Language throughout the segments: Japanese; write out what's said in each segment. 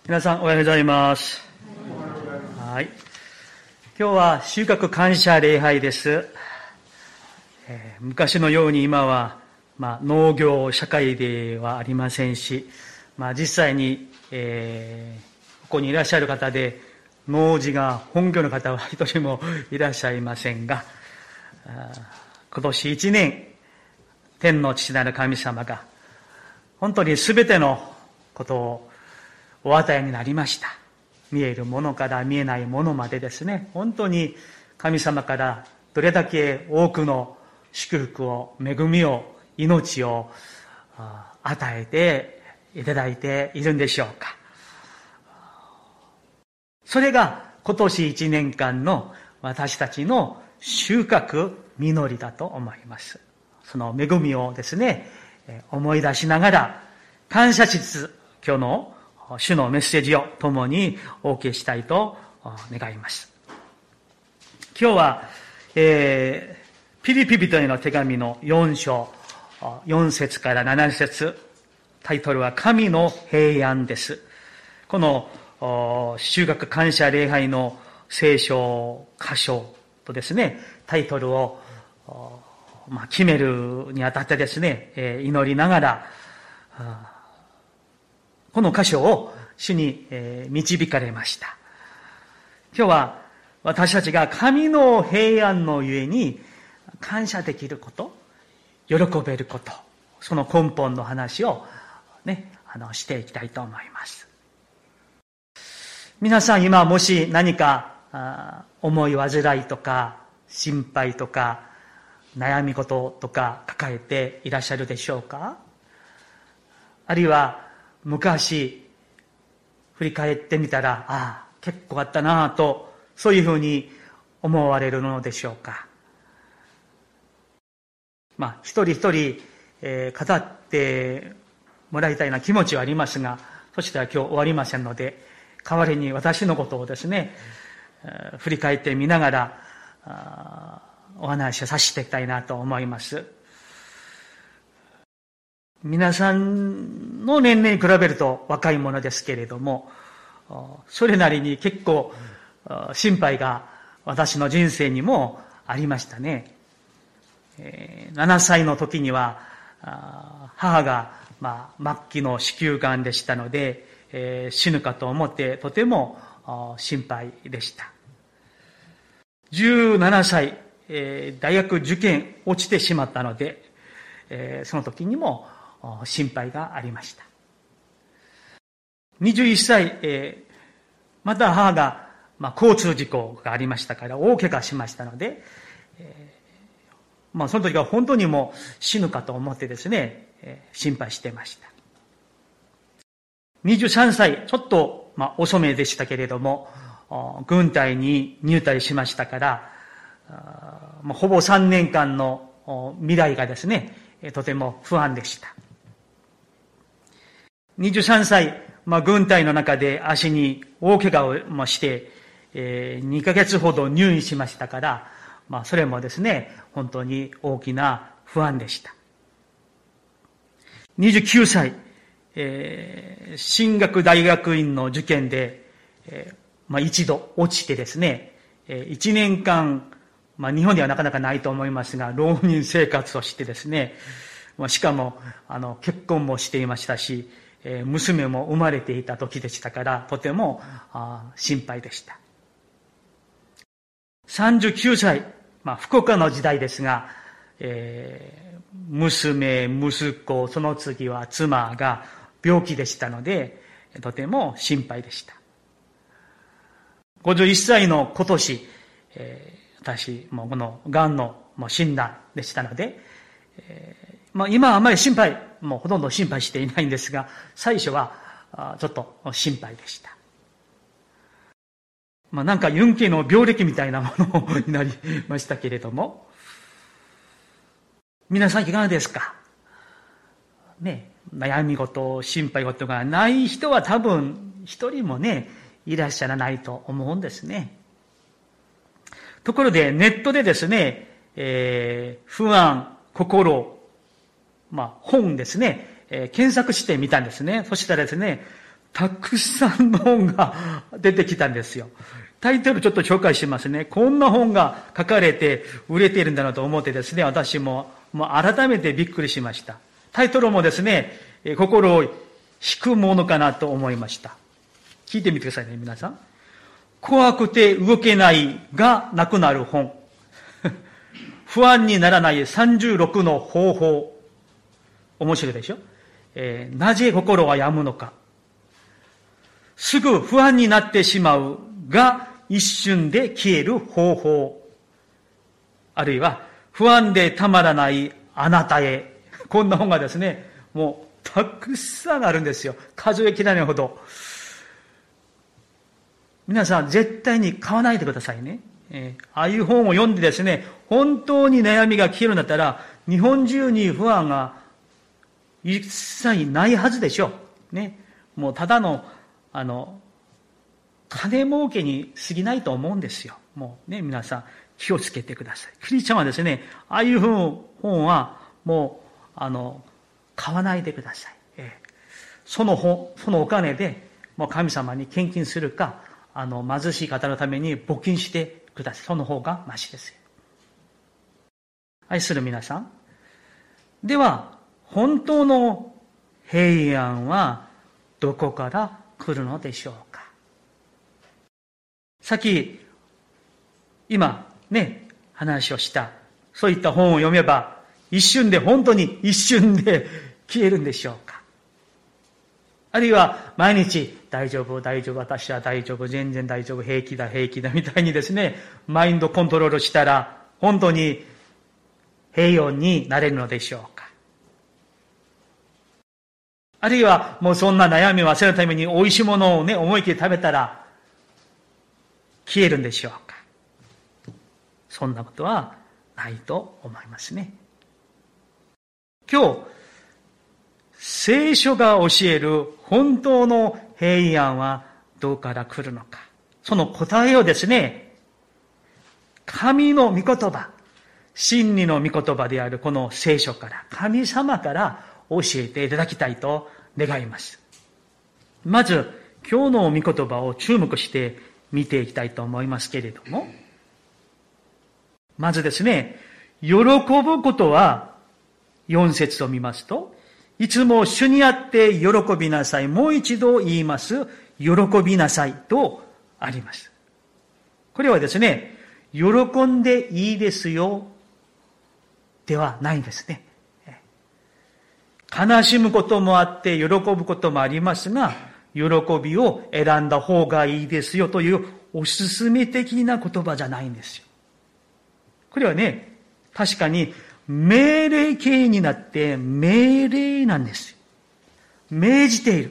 皆さんおはようございます。はい。今日は収穫感謝礼拝です。昔のように今は、農業社会ではありませんし、実際に、ここにいらっしゃる方で農事が本業の方は一人もいらっしゃいませんが、今年一年天の父なる神様が本当に全てのことをお与えになりました。見えるものから見えないものまでですね、本当に神様からどれだけ多くの祝福を、恵みを、命を与えていただいているんでしょうか。それが今年一年間の私たちの収穫実りだと思います。その恵みをですね、思い出しながら感謝しつつ、今日の主のメッセージを共にお受けしたいと願います。今日は、ピリピ人への手紙の4章、4節から7節、タイトルは神の平安です。この収穫感謝礼拝の聖書箇所とですね、タイトルを決めるにあたってですね、祈りながら、この箇所を主に導かれました。今日は私たちが神の平安のゆえに感謝できること、喜べること、その根本の話をね、していきたいと思います。皆さん今もし何か思い煩いとか心配とか悩み事とか抱えていらっしゃるでしょうか？あるいは昔振り返ってみたら、結構あったなぁと、そういうふうに思われるのでしょうか。一人一人、語ってもらいたいな気持ちはありますが、そしたら今日終わりませんので、代わりに私のことをですね、振り返ってみながらお話をさせていきたいなと思います。皆さんの年齢に比べると若いものですけれども、それなりに結構心配が私の人生にもありましたね。7歳の時には母が末期の子宮がんでしたので、死ぬかと思ってとても心配でした。17歳、大学受験落ちてしまったので、その時にも心配がありました。21歳、また母が、交通事故がありましたから大怪我しましたので、その時は本当にもう死ぬかと思ってですね、心配してました。23歳、ちょっと、遅めでしたけれども、軍隊に入隊しましたから、ほぼ3年間の未来がですね、とても不安でした。23歳、軍隊の中で足に大怪我をして、2ヶ月ほど入院しましたから、それもですね、本当に大きな不安でした。29歳、進学大学院の受験で、一度落ちてですね、1年間、日本ではなかなかないと思いますが、浪人生活をしてですね、しかも、結婚もしていましたし、娘も生まれていた時でしたから、とても心配でした。39歳、福岡の時代ですが、娘、息子、その次は妻が病気でしたので、とても心配でした。51歳の今年、私、もうこの癌の診断でしたので、今はあまり心配、もうほとんど心配していないんですが、最初はちょっと心配でした。なんかユンケの病歴みたいなものになりましたけれども、皆さんいかがですかね。悩み事、心配事がない人は多分一人もね、いらっしゃらないと思うんですね。ところでネットでですね、不安、心、本ですね、検索してみたんですね。そしたらですね、 たくさんの本が出てきたんですよ。タイトルちょっと紹介しますね。こんな本が書かれて売れているんだなと思ってですね、私も改めてびっくりしました。タイトルもですね、心を引くものかなと思いました。聞いてみてくださいね、皆さん。怖くて動けないがなくなる本。不安にならない36の方法。面白いでしょ？なぜ心は病むのか。すぐ不安になってしまうが一瞬で消える方法。あるいは不安でたまらないあなたへ。こんな本がですね、もうたくさんあるんですよ。数えきれないほど。皆さん絶対に買わないでくださいね。ああいう本を読んでですね、本当に悩みが消えるんだったら、日本中に不安が一切ないはずでしょう。ね。もうただの、金儲けに過ぎないと思うんですよ。もうね、皆さん気をつけてください。クリスチャンはですね、ああいう本はもう、買わないでください。そのお金で、もう神様に献金するか、貧しい方のために募金してください。その方がマシですよ。愛する皆さん。では、本当の平安はどこから来るのでしょうか。さっき、今ね、話をした、そういった本を読めば、本当に一瞬で消えるんでしょうか。あるいは、毎日、大丈夫、私は大丈夫、全然大丈夫、平気だ、みたいにですね、マインドコントロールしたら、本当に平穏になれるのでしょうか。あるいは、もうそんな悩みを忘れるために美味しいものをね、思い切り食べたら、消えるんでしょうか。そんなことはないと思いますね。今日、聖書が教える本当の平安はどこから来るのか。その答えをですね、神の御言葉、真理の御言葉であるこの聖書から、神様から教えていただきたいと願います。まず、今日の御言葉を注目して見ていきたいと思いますけれども、まずですね、喜ぶことは、4節を見ますと、いつも主にあって喜びなさい。もう一度言います。喜びなさいとあります。これはですね、喜んでいいですよではないんですね。悲しむこともあって喜ぶこともありますが、喜びを選んだ方がいいですよというおすすめ的な言葉じゃないんですよ。これはね、確かに命令形になって命令なんですよ。命じている。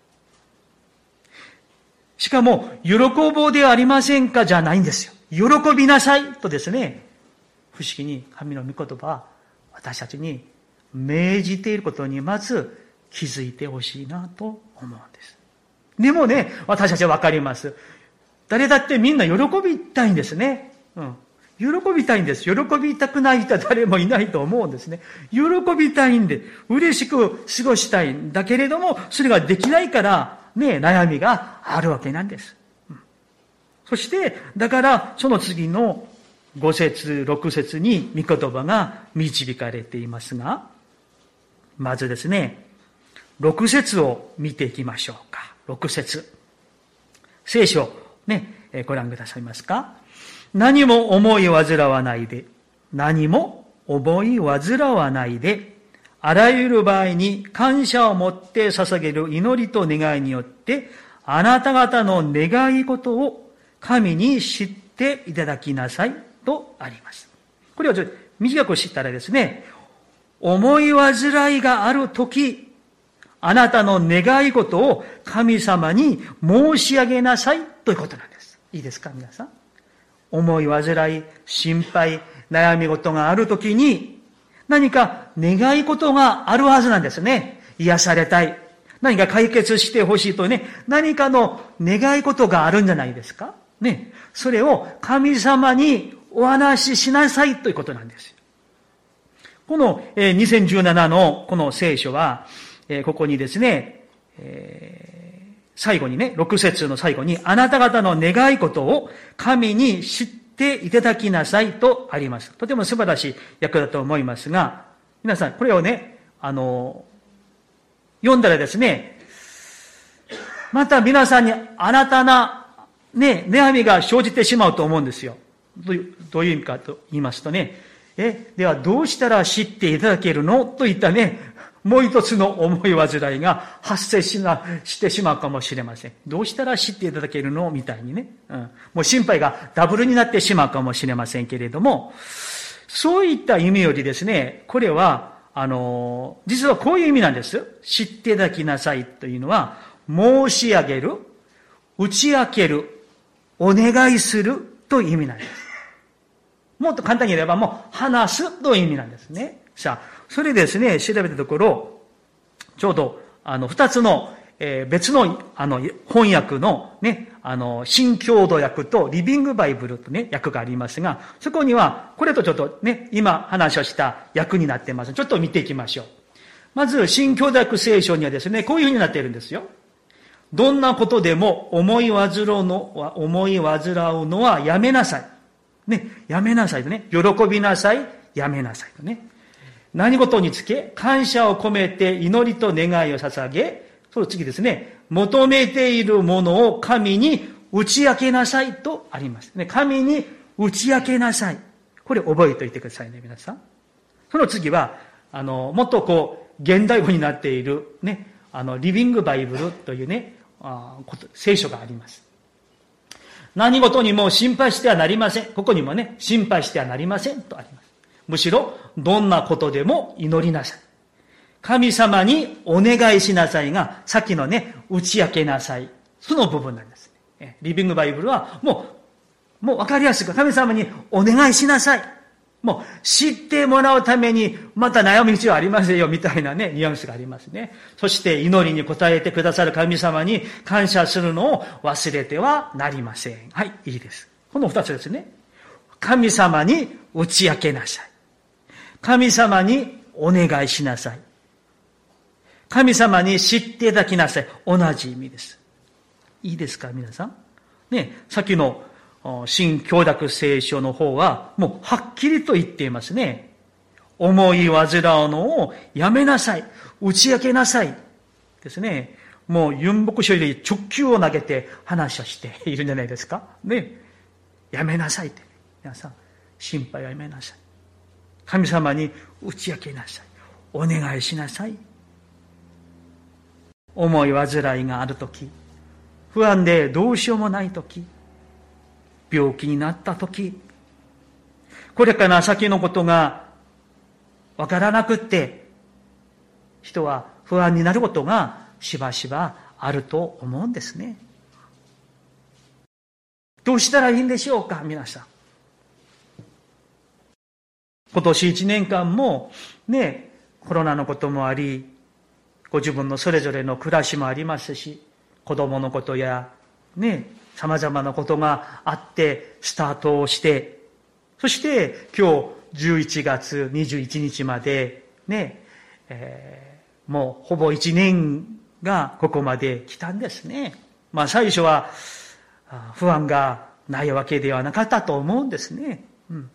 しかも、喜ぼうではありませんかじゃないんですよ。喜びなさいとですね、不思議に神の御言葉は私たちに命じていることにまず気づいてほしいなと思うんです。でもね、私たちはわかります。誰だってみんな喜びたいんですね。喜びたいんです。喜びたくない人は誰もいないと思うんですね。喜びたいんで、嬉しく過ごしたいんだけれども、それができないから、ね、悩みがあるわけなんです。そして、だから、その次の5節、6節に御言葉が導かれていますが、まずですね、6節を見ていきましょうか。6節。聖書、ね、ご覧くださいますか。何も思い煩わないで、何も思い煩わないで、あらゆる場合に感謝を持って捧げる祈りと願いによって、あなた方の願い事を神に知っていただきなさいとあります。これを短く知ったらですね、思い煩いがあるとき、あなたの願い事を神様に申し上げなさいということなんです。いいですか、皆さん。思い煩い、心配、悩み事があるときに、何か願い事があるはずなんですね。癒されたい。何か解決してほしいとね、何かの願い事があるんじゃないですかね。それを神様にお話ししなさいということなんですよ。この2017のこの聖書は、ここにですね、 最後にね、6節の最後に、あなた方の願い事を神に知っていただきなさいとあります。とても素晴らしい訳だと思いますが、皆さん、これをね、読んだらですね、また皆さんに新たな、ね、悩みが生じてしまうと思うんですよ。どういう意味かと言いますとね、ではどうしたら知っていただけるのといったね、もう一つの思い煩いが発生してしまうかもしれません。どうしたら知っていただけるのみたいにね、もう心配がダブルになってしまうかもしれませんけれども、そういった意味よりですね、これは、実はこういう意味なんです。知っていただきなさいというのは、申し上げる、打ち明ける、お願いするという意味なんです。もっと簡単に言えばもう話すという意味なんですね。さあ、それですね、調べたところ、ちょうど、二つの、別の、翻訳のね、新共同訳とリビングバイブルとね、訳がありますが、そこには、これとちょっとね、今話をした訳になっています。ちょっと見ていきましょう。まず、新共同訳聖書にはですね、こういうふうになっているんですよ。どんなことでも思い煩うのはやめなさい。ね、やめなさいとね、喜びなさい、やめなさいとね。何事につけ、感謝を込めて祈りと願いを捧げ、その次ですね、求めているものを神に打ち明けなさいとあります。ね、神に打ち明けなさい。これ覚えておいてくださいね、皆さん。その次は、もっとこう、現代語になっているね、リビングバイブルというね、聖書があります。何事にも心配してはなりません。ここにもね、心配してはなりませんとあります。むしろ、どんなことでも祈りなさい。神様にお願いしなさいが、さっきのね、打ち明けなさい。その部分なんです。リビングバイブルは、もうわかりやすく、神様にお願いしなさい。もう知ってもらうために、また悩む必要はありませんよ、みたいなね、ニュアンスがありますね。そして祈りに応えてくださる神様に感謝するのを忘れてはなりません。はい、いいです。この二つですね。神様に打ち明けなさい。神様にお願いしなさい。神様に知っていただきなさい。同じ意味です。いいですか、皆さん。ね、さっきの新共同聖書の方は、もうはっきりと言っていますね。思い煩うのをやめなさい。打ち明けなさい。ですね。もう、ユンボク書より直球を投げて話をしているんじゃないですか。ね。やめなさいって。皆さん、心配はやめなさい。神様に打ち明けなさい。お願いしなさい。思い煩いがあるとき、不安でどうしようもないとき、病気になったとき、これから先のことがわからなくって、人は不安になることがしばしばあると思うんですね。どうしたらいいんでしょうか、皆さん。今年1年間もね、コロナのこともあり、ご自分のそれぞれの暮らしもありますし、子供のことやね、様々なことがあってスタートをして、そして今日11月21日までね、もうほぼ1年がここまで来たんですね。まあ最初は不安がないわけではなかったと思うんですね。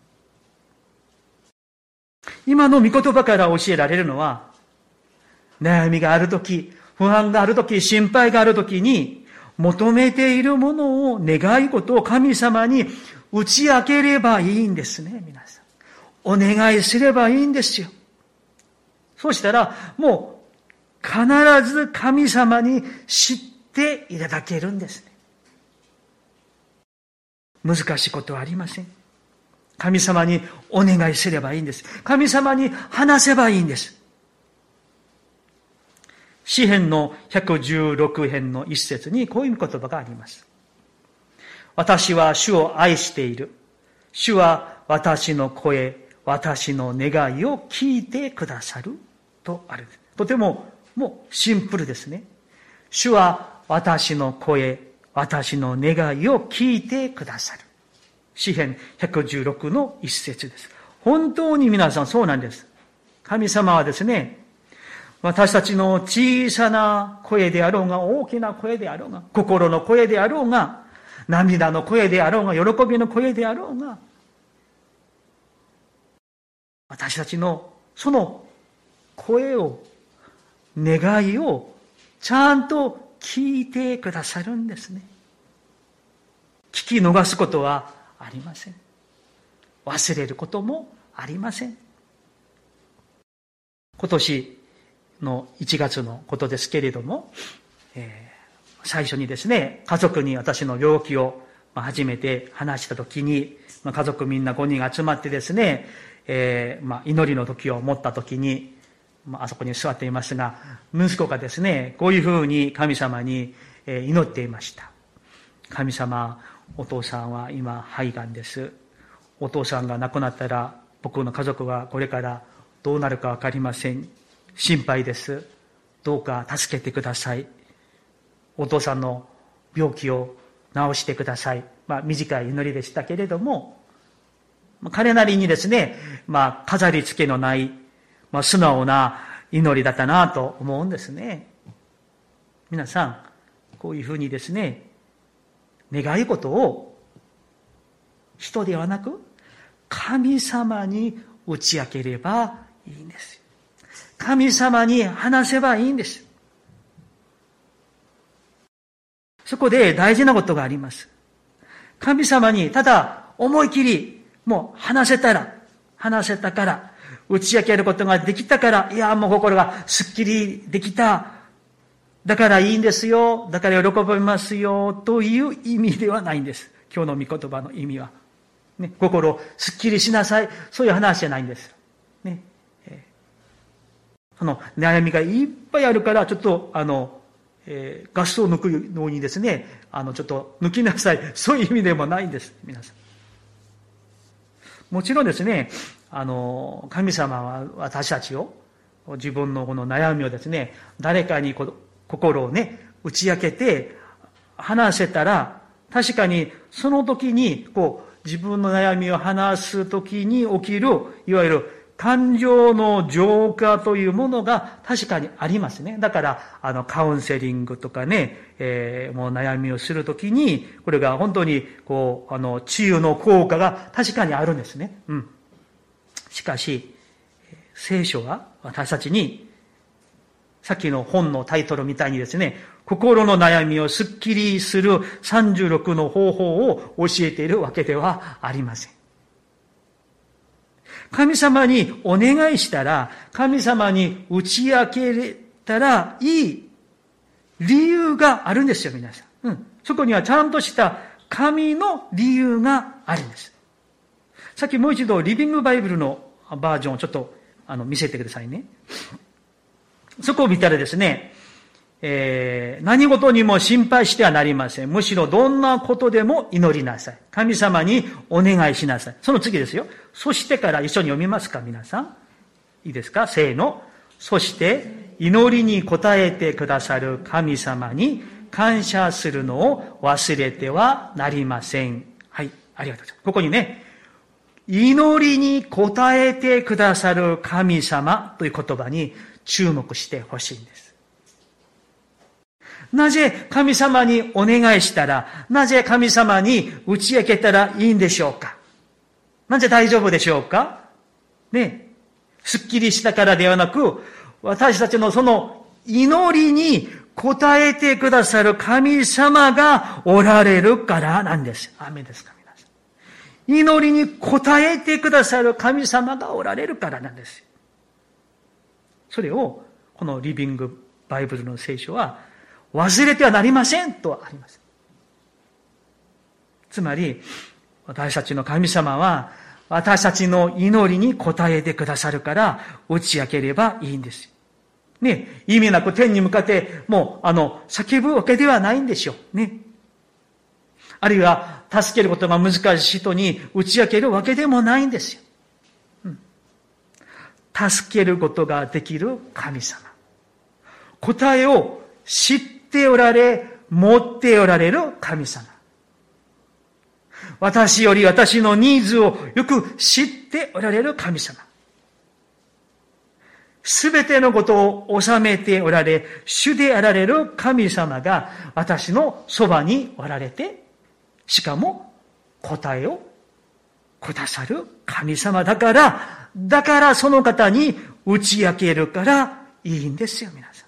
今の御言葉から教えられるのは、悩みがあるとき、不安があるとき、心配があるときに、求めているものを、願い事を神様に打ち明ければいいんですね、皆さん。お願いすればいいんですよ。そうしたら、もう、必ず神様に知っていただけるんですね。難しいことはありません。神様にお願いすればいいんです。神様に話せばいいんです。詩編の116編の一節にこういう言葉があります。私は主を愛している。主は私の声、私の願いを聞いてくださるとある。とてももうシンプルですね。主は私の声、私の願いを聞いてくださる。詩編116の一節です。本当に皆さんそうなんです。神様はですね、 私たちの小さな声であろうが、大きな声であろうが、心の声であろうが、涙の声であろうが、喜びの声であろうが、私たちのその声を、願いをちゃんと聞いてくださるんですね。聞き逃すことはありません。忘れることもありません。今年の1月のことですけれども、最初にですね、家族に私の病気を初めて話したときに、家族みんな5人集まってですね、祈りの時を持ったときに、あそこに座っていますが、息子がですね、こういうふうに神様に祈っていました。神様、お父さんは今肺がんです。お父さんが亡くなったら、僕の家族はこれからどうなるかわかりません。心配です。どうか助けてください。お父さんの病気を治してください。短い祈りでしたけれども、彼なりにですね、飾り付けのない、素直な祈りだったなと思うんですね。皆さん、こういうふうにですね、願い事を人ではなく神様に打ち明ければいいんです。神様に話せばいいんです。そこで大事なことがあります。神様にただ思い切りもう話せたから、打ち明けることができたから、いやもう心がすっきりできた。だからいいんですよ。だから喜びますよ。という意味ではないんです。今日の御言葉の意味は。ね、心をすっきりしなさい。そういう話じゃないんです。ね。その悩みがいっぱいあるから、ちょっとガスを抜くのにですね、ちょっと抜きなさい。そういう意味でもないんです。皆さん。もちろんですね、神様は私たちを、自分のこの悩みをですね、誰かに心をね、打ち明けて話せたら、確かにその時に、自分の悩みを話す時に起きる、いわゆる感情の浄化というものが確かにありますね。だから、カウンセリングとかね、もう悩みをするときに、これが本当に、治癒の効果が確かにあるんですね。うん。しかし、聖書は私たちに、さっきの本のタイトルみたいにですね、心の悩みをすっきりする36の方法を教えているわけではありません。神様にお願いしたら、神様に打ち明けたらいい理由があるんですよ、皆さん。そこにはちゃんとした神の理由があるんです。さっきもう一度リビングバイブルのバージョンをちょっと見せてくださいね。そこを見たらですね、何事にも心配してはなりません。むしろどんなことでも祈りなさい。神様にお願いしなさい。その次ですよ。そしてから一緒に読みますか、皆さん。いいですか？せーの。そして祈りに応えてくださる神様に感謝するのを忘れてはなりません。はい、ありがとうございます。ここにね、祈りに応えてくださる神様という言葉に注目してほしいんです。なぜ神様にお願いしたら、なぜ神様に打ち明けたらいいんでしょうか？なぜ大丈夫でしょうか？ね、すっきりしたからではなく、私たちのその祈りに応えてくださる神様がおられるからなんです。アーメンですか、皆さん。祈りに応えてくださる神様がおられるからなんです。それを、このリビングバイブルの聖書は、忘れてはなりませんとあります。つまり、私たちの神様は、私たちの祈りに応えてくださるから、打ち明ければいいんです。ね、意味なく天に向かって、もう、叫ぶわけではないんでしょう。ね。あるいは、助けることが難しい人に打ち明けるわけでもないんですよ。助けることができる神様。答えを知っておられ、持っておられる神様。私より私のニーズをよく知っておられる神様。 すべてのことを治めておられ、主であられる神様が私のそばにおられて、しかも答えをくださる神様だからその方に打ち明けるからいいんですよ、皆さん。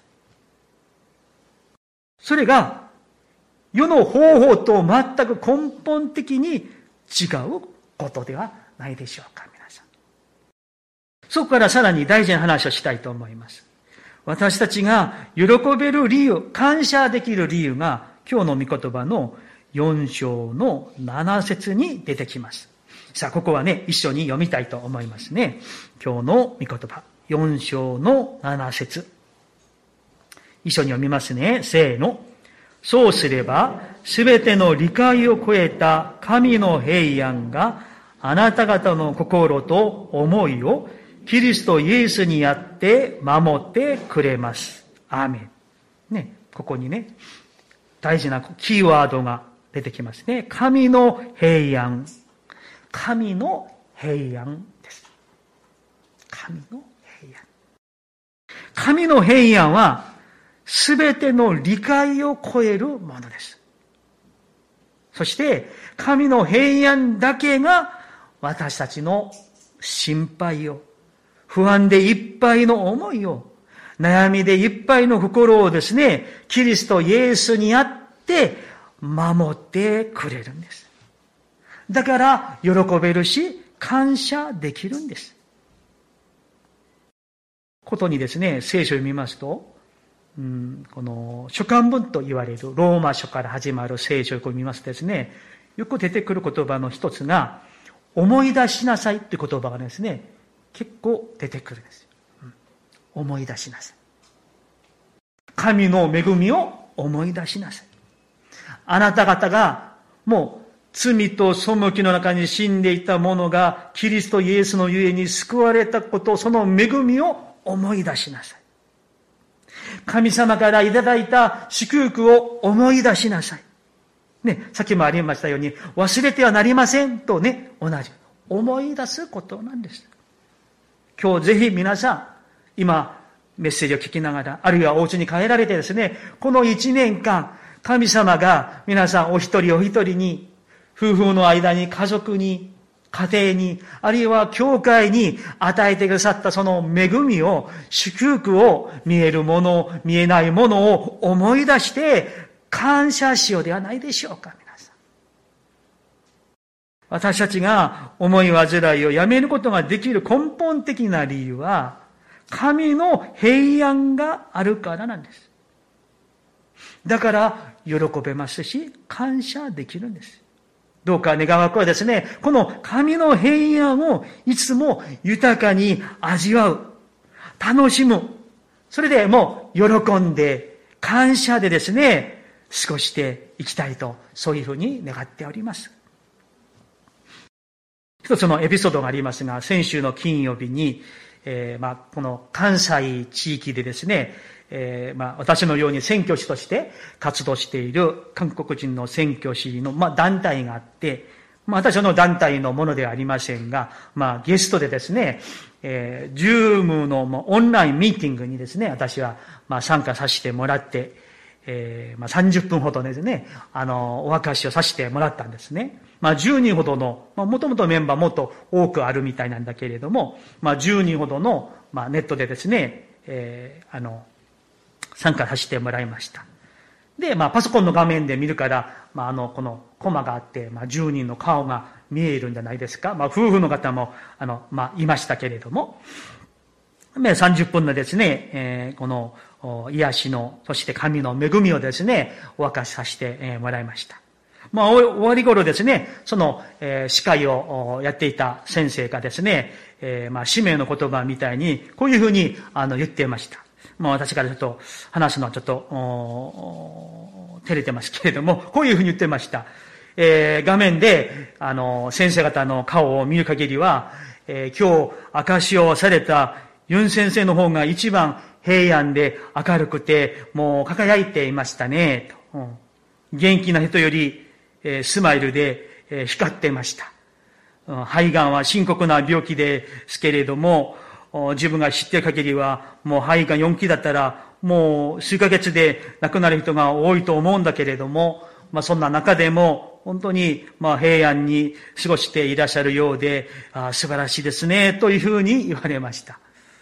それが世の方法と全く根本的に違うことではないでしょうか、皆さん。そこからさらに大事な話をしたいと思います。私たちが喜べる理由、感謝できる理由が今日の御言葉の4章の7節に出てきます。さあ、ここはね、一緒に読みたいと思いますね。今日の御言葉、4章の7節。一緒に読みますね。せーの。そうすれば、すべての理解を超えた神の平安があなた方の心と思いをキリストイエスにあって守ってくれます。アーメン。ね、ここにね、大事なキーワードが出てきますね。神の平安。神の平安です。神の平安。神の平安は、すべての理解を超えるものです。そして、神の平安だけが私たちの心配を、不安でいっぱいの思いを、悩みでいっぱいの心をですね、キリストイエスにあって守ってくれるんです。だから喜べるし、感謝できるんです。ことにですね、聖書を読みますと、この書簡文と言われるローマ書から始まる聖書を読みますとですね、よく出てくる言葉の一つが、思い出しなさいって言葉がですね、結構出てくるんですよ。思い出しなさい。神の恵みを思い出しなさい。あなた方がもう罪と背きの中に死んでいた者がキリストイエスのゆえに救われたこと、その恵みを思い出しなさい。神様からいただいた祝福を思い出しなさい。ね、さっきもありましたように、忘れてはなりませんとね、同じ。思い出すことなんです。今日ぜひ皆さん、今、メッセージを聞きながら、あるいはお家に帰られてですね、この1年間、神様が皆さんお一人お一人に、夫婦の間に、家族に、家庭に、あるいは教会に与えてくださったその恵みを、祝福を、見えるもの、見えないものを思い出して感謝しようではないでしょうか、皆さん。私たちが思い煩いをやめることができる根本的な理由は、神の平安があるからなんです。だから喜べますし、感謝できるんです。どうか願わくはですね、この神の平安をいつも豊かに味わう、楽しむ、それでもう喜んで、感謝でですね、過ごしていきたいと、そういうふうに願っております。一つのエピソードがありますが、先週の金曜日に、この関西地域でですね、私のように宣教師として活動している韓国人の宣教師の、団体があって、私の団体のものではありませんが、ゲストでですね、Zoom のオンラインミーティングにですね、私は参加させてもらって、30分ほどですね、お明かしをさせてもらったんですね。10人ほどの、もともとメンバーもっと多くあるみたいなんだけれども、10人ほどの、ネットでですね、参加させてもらいました。で、パソコンの画面で見るから、このコマがあって、10人の顔が見えるんじゃないですか。夫婦の方も、いましたけれども、30分のですね、この癒しの、そして神の恵みをですね、お明かしさせてもらいました。終わり頃ですね、その、司会をやっていた先生がですね、使命の言葉みたいに、こういうふうに言っていました。私からちょっと話すのはちょっと照れてますけれども、こういうふうに言ってました。画面で先生方の顔を見る限りは、今日証しをされたユン先生の方が一番平安で明るくて、もう輝いていましたねと。元気な人よりスマイルで光っていました。肺がんは深刻な病気ですけれども、 自分が知っている限りは、もう肺が4期だったら、もう数ヶ月で亡くなる人が多いと思うんだけれども、そんな中でも、本当に、平安に過ごしていらっしゃるようで、素晴らしいですね、というふうに言われました。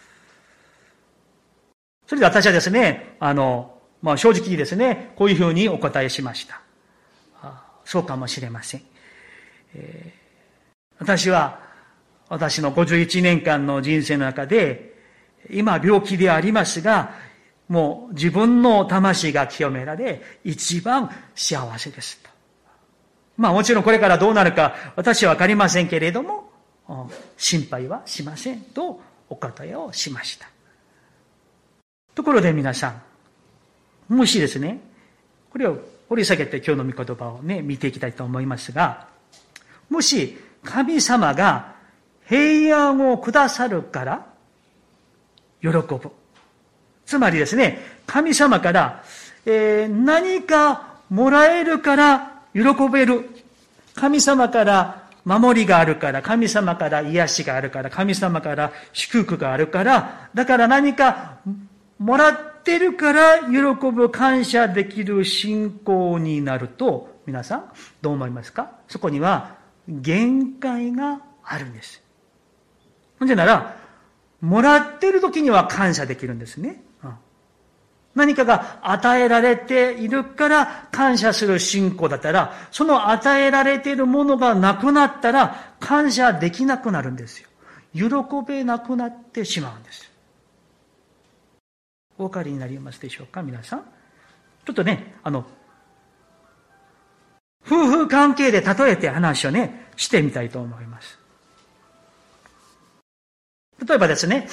それで私はですね、正直にですね、こういうふうにお答えしました。そうかもしれません。私は、私の51年間の人生の中で、今病気でありますが、もう自分の魂が清められ、一番幸せですと。もちろんこれからどうなるか私はわかりませんけれども、心配はしませんとお答えをしました。ところで皆さん、もしですね、これを掘り下げて今日の御言葉をね、見ていきたいと思いますが、もし神様が平安をくださるから喜ぶ。つまりですね、神様から何かもらえるから喜べる。神様から守りがあるから、神様から癒しがあるから、神様から祝福があるから、だから何かもらってるから喜ぶ、感謝できる信仰になると、皆さんどう思いますか？そこには限界があるんです。ほんじゃなら、もらってる時には感謝できるんですね。何かが与えられているから感謝する信仰だったら、その与えられているものがなくなったら感謝できなくなるんですよ。喜べなくなってしまうんです。お分かりになりますでしょうか、皆さん。ちょっとね、夫婦関係で例えて話をね、してみたいと思います。例えばですね、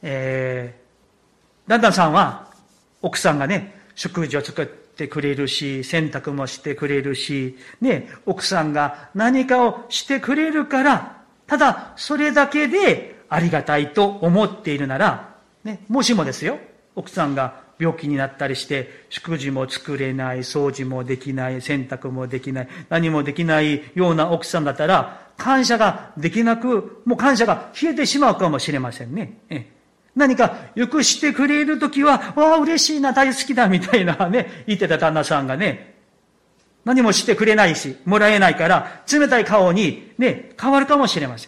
旦那さんは、奥さんがね、食事を作ってくれるし、洗濯もしてくれるし、ね、奥さんが何かをしてくれるから、ただそれだけでありがたいと思っているなら、ね、もしもですよ、奥さんが病気になったりして、食事も作れない、掃除もできない、洗濯もできない、何もできないような奥さんだったら、感謝ができなく、もう感謝が消えてしまうかもしれませんね。何かよくしてくれるときは、わあ嬉しいな、大好きだみたいなね、言ってた旦那さんがね、何もしてくれないし、もらえないから、冷たい顔にね、変わるかもしれません。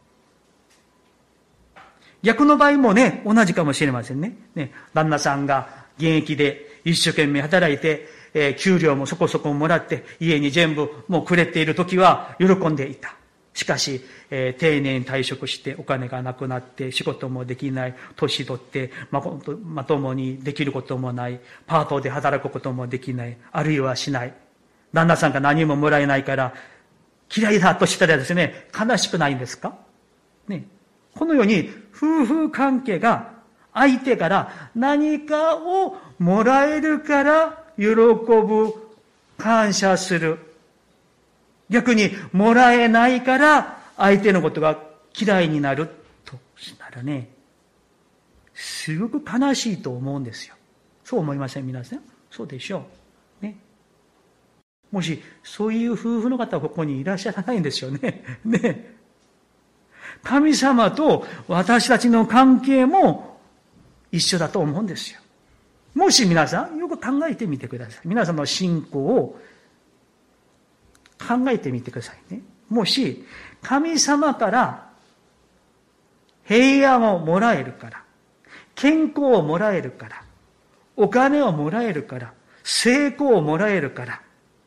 逆の場合もね、同じかもしれませんね。旦那さんが現役で一生懸命働いて、給料もそこそこもらって、家に全部もうくれているときは喜んでいた。しかし、定年退職してお金がなくなって仕事もできない、年取ってまともにできることもない、パートで働くこともできない、あるいはしない。旦那さんが何ももらえないから嫌いだとしたらですね、悲しくないんですか？ね。このように夫婦関係が相手から何かをもらえるから喜ぶ、感謝する。逆にもらえないから相手のことが嫌いになるとしたらね、すごく悲しいと思うんですよ。そう思いません？皆さん。そうでしょう。ね。もしそういう夫婦の方はここにいらっしゃらないんですよね。ね。神様と私たちの関係も一緒だと思うんですよ。もし皆さんよく考えてみてください。皆さんの信仰を考えてみてくださいね。もし神様から平安をもらえるから、健康をもらえるから、お金をもらえるから、成功をもらえるから、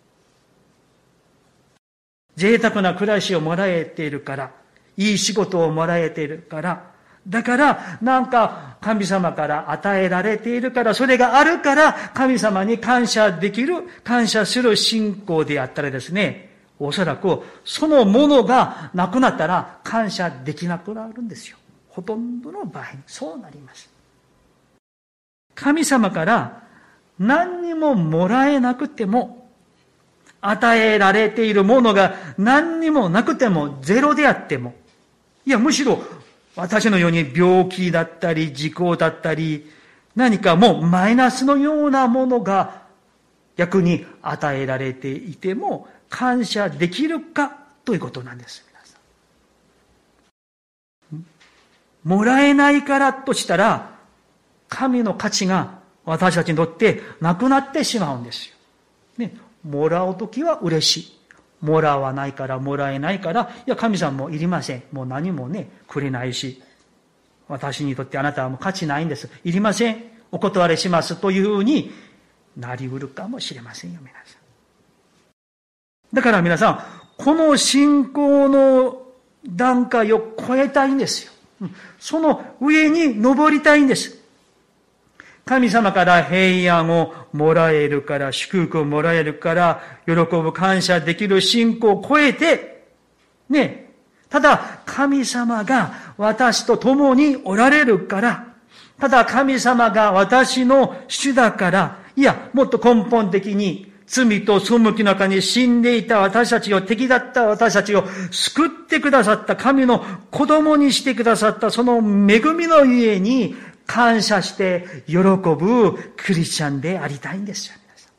贅沢な暮らしをもらえているから、いい仕事をもらえているから、だからなんか神様から与えられているから、それがあるから神様に感謝できる、感謝する信仰であったらですね、おそらくそのものがなくなったら感謝できなくなるんですよ。ほとんどの場合そうなります。神様から何にももらえなくても、与えられているものが何にもなくても、ゼロであっても、いやむしろ私のように病気だったり事故だったり、何かもうマイナスのようなものが逆に与えられていても感謝できるかということなんです。皆さん、 もらえないからとしたら、神の価値が私たちにとってなくなってしまうんですよ。ね、もらうときは嬉しい。もらわないから、もらえないから、いや、神様もいりません。もう何もね、くれないし、私にとってあなたはもう価値ないんです。いりません。お断りします。というふうになりうるかもしれませんよ、皆さん。だから皆さん、この信仰の段階を超えたいんですよ。その上に登りたいんです。神様から平安をもらえるから、祝福をもらえるから、喜ぶ、感謝できる信仰を超えて、ね、ただ神様が私と共におられるから、ただ神様が私の主だから、いや、もっと根本的に罪と背きの中に死んでいた私たちを、敵だった私たちを救ってくださった神の子供にしてくださったその恵みのゆえに感謝して喜ぶクリスチャンでありたいんですよ、皆さん。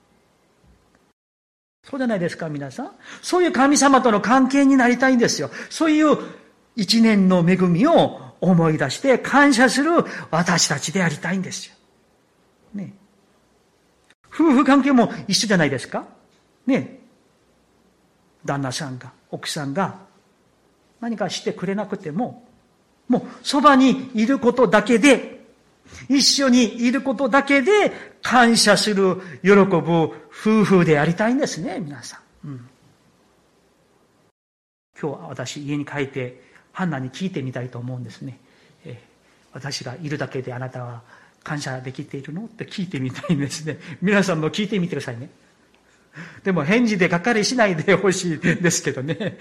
そうじゃないですか、皆さん。そういう神様との関係になりたいんですよ。そういう一年の恵みを思い出して感謝する私たちでありたいんですよ。ね。夫婦関係も一緒じゃないですか。ね。旦那さんが、奥さんが何かしてくれなくても、もうそばにいることだけで、一緒にいることだけで感謝する、喜ぶ夫婦でありたいんですね、皆さん。今日は私家に帰ってハンナに聞いてみたいと思うんですね。私がいるだけであなたは感謝できているのって聞いてみたいんですね。皆さんも聞いてみてくださいね。でも返事でがっかりしないでほしいですけどね。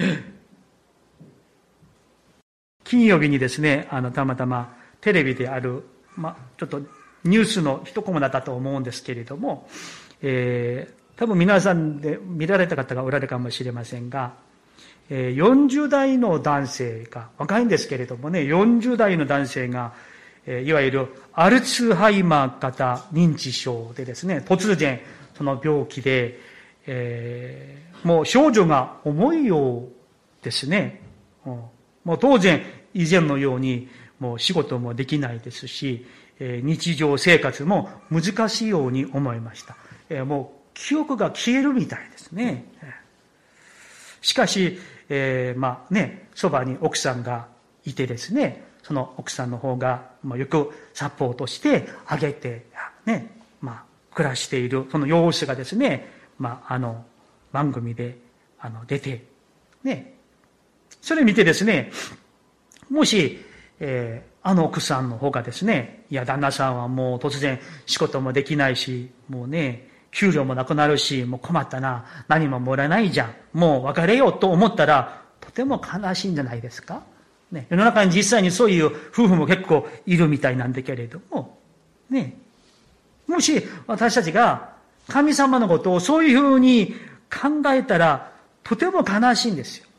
金曜日にですね、たまたまテレビである、ちょっとニュースの一コマだったと思うんですけれども、多分皆さんで見られた方がおられるかもしれませんが、40代の男性が、若いんですけれどもね、40代の男性が、いわゆるアルツハイマー型認知症でですね、突然その病気で、もう症状が重いようですね。もう当然以前のようにもう仕事もできないですし、日常生活も難しいように思いました。もう記憶が消えるみたいですね。しかし、そばに奥さんがいてですね、その奥さんの方がよくサポートしてあげて、ね、暮らしているその様子がですね、番組で出て、ね、それ見てですね、もし、奥さんの方がですね、いや、旦那さんはもう突然仕事もできないし、もうね、給料もなくなるし、もう困ったな、何ももらえないじゃん、もう別れようと思ったら、とても悲しいんじゃないですか。ね、世の中に実際にそういう夫婦も結構いるみたいなんだけれども、ね、もし私たちが神様のことをそういうふうに考えたら、とても悲しいんですよ。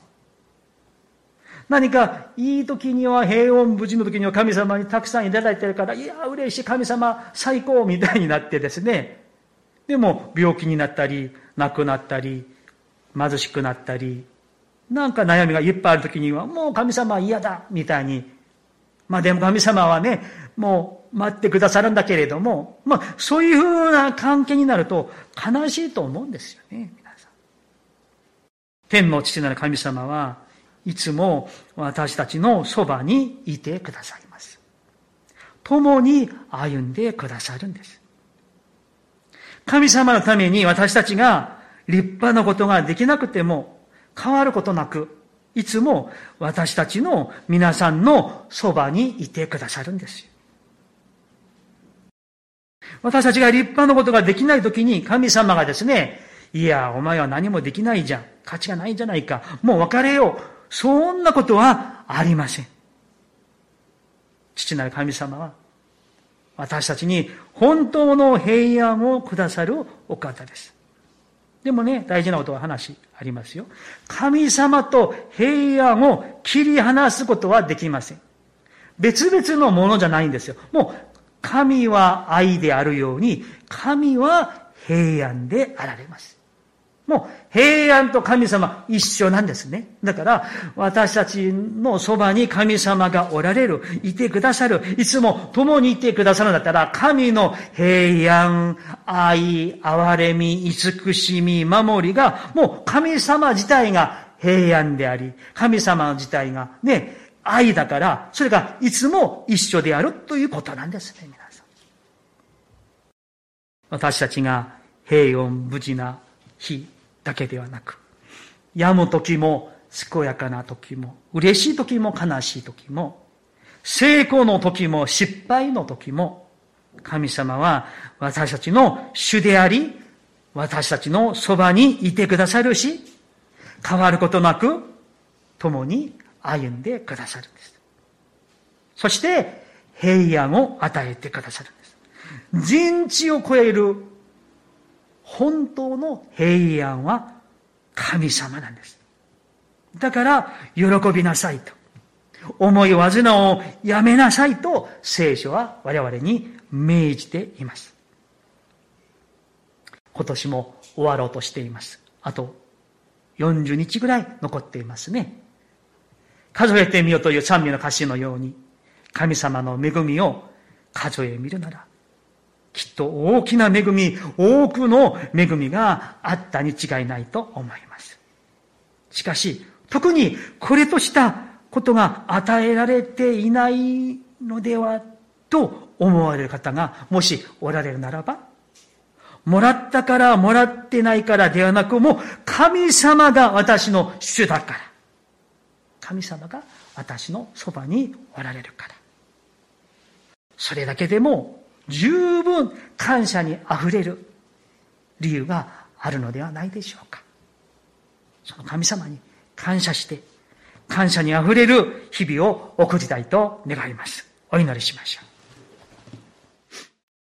何かいい時には平穏無事の時には神様にたくさんいただいてるから、いや嬉しい、神様最高みたいになってですね、でも病気になったり亡くなったり貧しくなったり、なんか悩みがいっぱいある時にはもう神様は嫌だみたいに、でも神様はね、もう待ってくださるんだけれども、そういうふうな関係になると悲しいと思うんですよね、皆さん。天の父なる神様はいつも私たちのそばにいてくださいます。共に歩んでくださるんです。神様のために私たちが立派なことができなくても変わることなく、いつも私たちの皆さんのそばにいてくださるんですよ。私たちが立派なことができないときに神様がですね、いや、お前は何もできないじゃん。価値がないんじゃないか。もう別れよう。そんなことはありません。父なる神様は私たちに本当の平安をくださるお方です。でもね、大事なことは話ありますよ。神様と平安を切り離すことはできません。別々のものじゃないんですよ。もう神は愛であるように、神は平安であられます。 もう平安と神様一緒なんですね。だから私たちのそばに神様がおられる、いてくださる、いつも共にいてくださるんだったら、神の平安、愛、憐れみ、慈しみ、守りが、もう神様自体が平安であり、神様自体がね、愛だから、それがいつも一緒であるということなんですね、皆さん。私たちが平穏無事な日だけではなく、病む時も健やかな時も、嬉しい時も悲しい時も、成功の時も失敗の時も、神様は私たちの主であり、私たちのそばにいてくださるし、変わることなく共に歩んでくださるんです。そして平安を与えてくださるんです。人知を超える本当の平安は神様なんです。だから喜びなさいと、思い煩うをやめなさいと聖書は我々に命じています。今年も終わろうとしています。あと40日ぐらい残っていますね。数えてみようという賛美の歌詞のように、神様の恵みを数えみるなら、きっと大きな恵み、多くの恵みがあったに違いないと思います。しかし、特にこれとしたことが与えられていないのではと思われる方がもしおられるならば、もらったからもらってないからではなく、もう神様が私の主だから。神様が私のそばにおられるから。それだけでも十分感謝にあふれる理由があるのではないでしょうか。その神様に感謝して、感謝にあふれる日々を送りたいと願います。お祈りしましょう。